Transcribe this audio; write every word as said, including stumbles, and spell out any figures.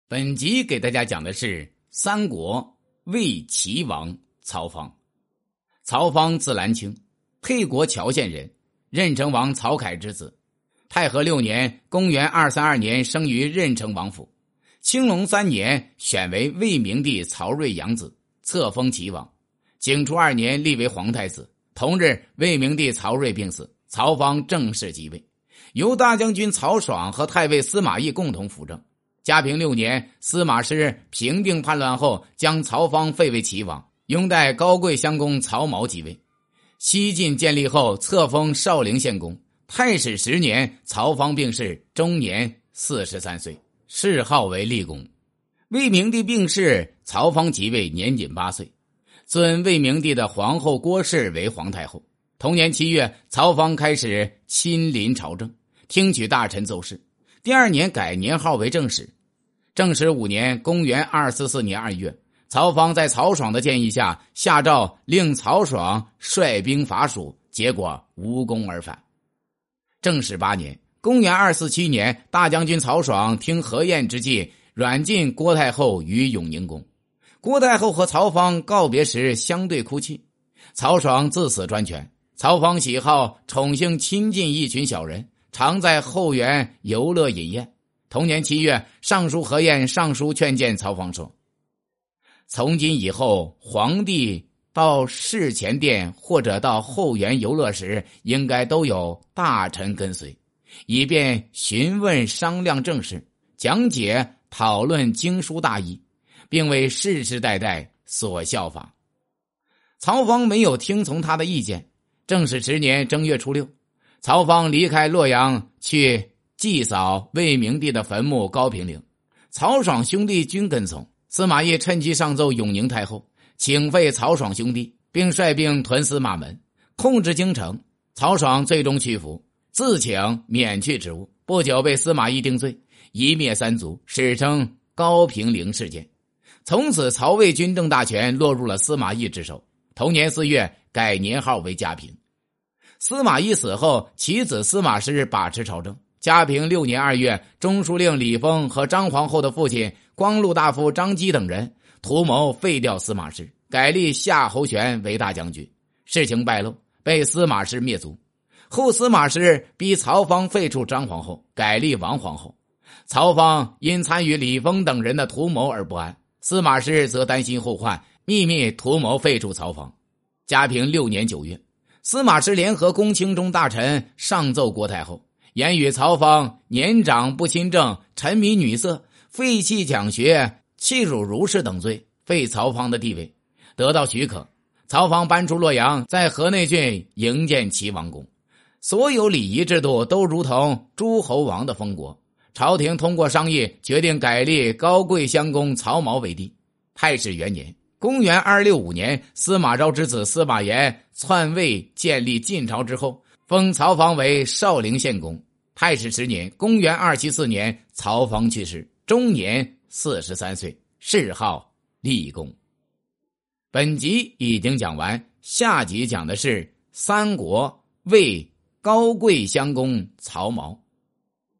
本集给大家讲的是三国魏齐王曹芳。曹芳字兰卿，沛国谯县人，任城王曹凯之子。太和六年公元二三二年生于任城王府。青龙三年选为魏明帝曹睿养子，册封齐王。景初二年立为皇太子。同日魏明帝曹睿病死，曹芳正式即位，由大将军曹爽和太尉司马懿共同辅政。嘉平六年，司马师平定叛乱后，将曹芳废为齐王，拥戴高贵襄公曹髦即位。西晋建立后，册封少陵县公。太始十年，曹芳病逝，终年四十三岁，谥号为厉公。魏明帝病逝，曹芳即位，年仅八岁，尊魏明帝的皇后郭氏为皇太后。同年七月，曹芳开始亲临朝政，听取大臣奏事。第二年改年号为正始。正始五年，公元二四四年二月，曹芳在曹爽的建议下，下诏令曹爽率兵伐蜀，结果无功而返。正始八年，公元二四七年，大将军曹爽听何晏之计，软禁郭太后于永宁宫。郭太后和曹芳告别时相对哭泣。曹爽自此专权。曹芳喜好宠幸亲近一群小人，常在后园游乐饮宴。同年七月，尚书何晏上书劝谏曹芳说：从今以后，皇帝到事前殿或者到后园游乐时，应该都有大臣跟随，以便询问商量政事，讲解讨论经书大义，并为世世代代所效法。曹芳没有听从他的意见。正始十年正月初六，曹芳离开洛阳去祭扫魏明帝的坟墓高平陵，曹爽兄弟均跟从。司马懿趁机上奏永宁太后，请废曹爽兄弟，并率兵屯司马门，控制京城。曹爽最终屈服，自请免去职务，不久被司马懿定罪，一灭三族，史称高平陵事件。从此曹魏军政大权落入了司马懿之手。同年四月，改年号为嘉平。司马懿死后，其子司马师把持朝政。嘉平六年二月，中书令李丰和张皇后的父亲光禄大夫张基等人图谋废掉司马师，改立夏侯玄为大将军。事情败露，被司马师灭族。后司马师逼曹芳废除张皇后，改立王皇后。曹芳因参与李丰等人的图谋而不安，司马师则担心后患，秘密图谋废除曹芳。嘉平六年九月，司马师联合公卿中大臣上奏郭太后，言语曹芳年长不亲政，沉迷女色，废弃讲学，欺辱儒士等罪，废曹芳的地位。得到许可，曹芳搬出洛阳，在河内郡营建齐王宫。所有礼仪制度都如同诸侯王的封国。朝廷通过商议，决定改立高贵襄公曹髦为帝。太始元年，公元二六五年，司马昭之子司马炎篡位建立晋朝之后，封曹芳为少陵县公。太始十年，公元二七四年，曹芳去世，终年四十三岁，谥号厉公。本集已经讲完，下集讲的是三国魏高贵襄公曹髦。